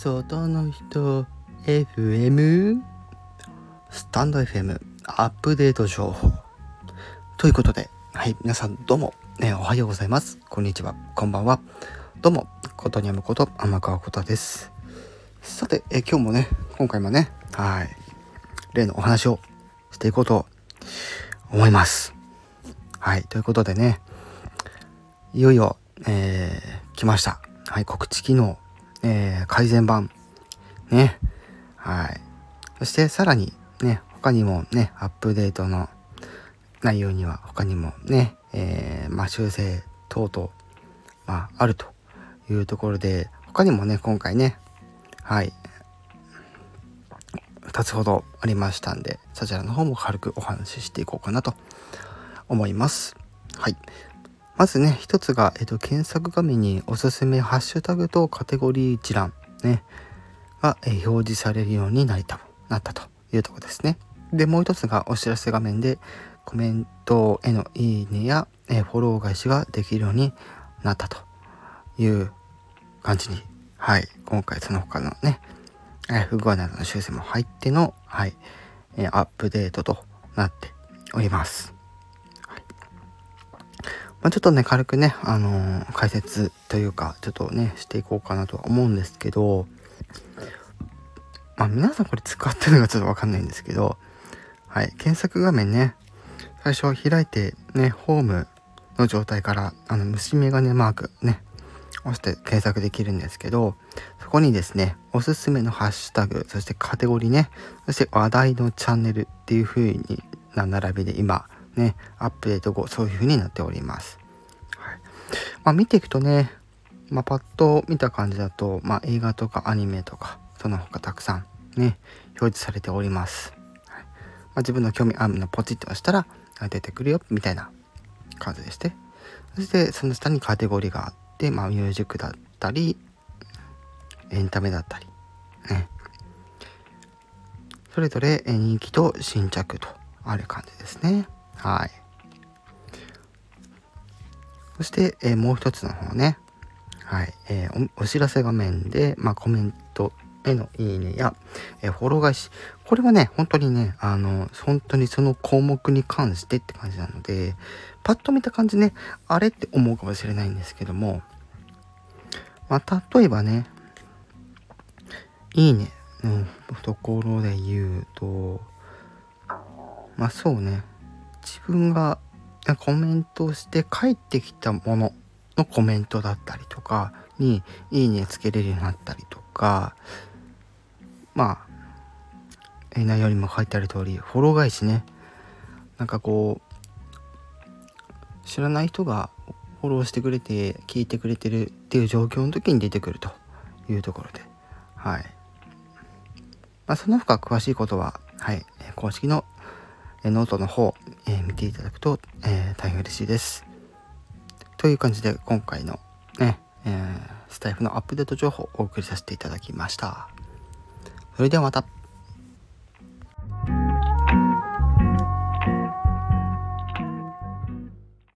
外の人 FM スタンド FM アップデート情報ということで、皆さんどうも、おはようございます、こんにちは、こんばんは。どうも、ことにゃむこと天川ことです。さて、今回もね、例のお話をしていこうと思います。ということでね、いよいよ、来ました。告知機能、改善版ね。そしてさらにね、他にもね、アップデートの内容には他にもね、修正等々、あるというところで、他にもね、今回ね、2つほどありましたんで、そちらの方も軽くお話ししていこうかなと思います。まずね、一つが、検索画面におすすめハッシュタグとカテゴリー一覧ねが、表示されるようになったというところですね。で、もう一つがお知らせ画面でコメントへのいいねや、フォロー返しができるようになったという感じに、今回その他のね、不具合などの修正も入っての、アップデートとなっております。ちょっとね、軽くね、解説というか、ちょっとね、していこうかなとは思うんですけど、皆さんこれ使ってるのかちょっとわかんないんですけど、検索画面ね、最初開いてね、ホームの状態から、虫眼鏡マークね、押して検索できるんですけど、そこにですね、おすすめのハッシュタグ、そしてカテゴリーね、そして話題のチャンネルっていう風にな並びで今ね、アップデート後そういう風になっております。見ていくとね、パッと見た感じだと、映画とかアニメとかその他たくさんね表示されております。自分の興味あるのポチッと押したら出てくるよみたいな感じでして、そしてその下にカテゴリーがあって、ミュージックだったりエンタメだったりね、それぞれ人気と新着とある感じですね。そして、もう一つの方ね、お知らせ画面で、コメントへのいいねや、フォロー返し、これはね本当にね、本当にその項目に関してって感じなので、パッと見た感じね、あれって思うかもしれないんですけども、例えばね、いいねのところで言うと、そうね、自分がコメントして返ってきたもののコメントだったりとかにいいねつけれるようになったりとか、内容にも書いてある通りフォロー返しね、知らない人がフォローしてくれて聞いてくれてるっていう状況の時に出てくるというところで、その他詳しいことは公式のノートの方、見ていただくと、大変嬉しいです。という感じで今回のね、スタイフのアップデート情報をお送りさせていただきました。それではまた。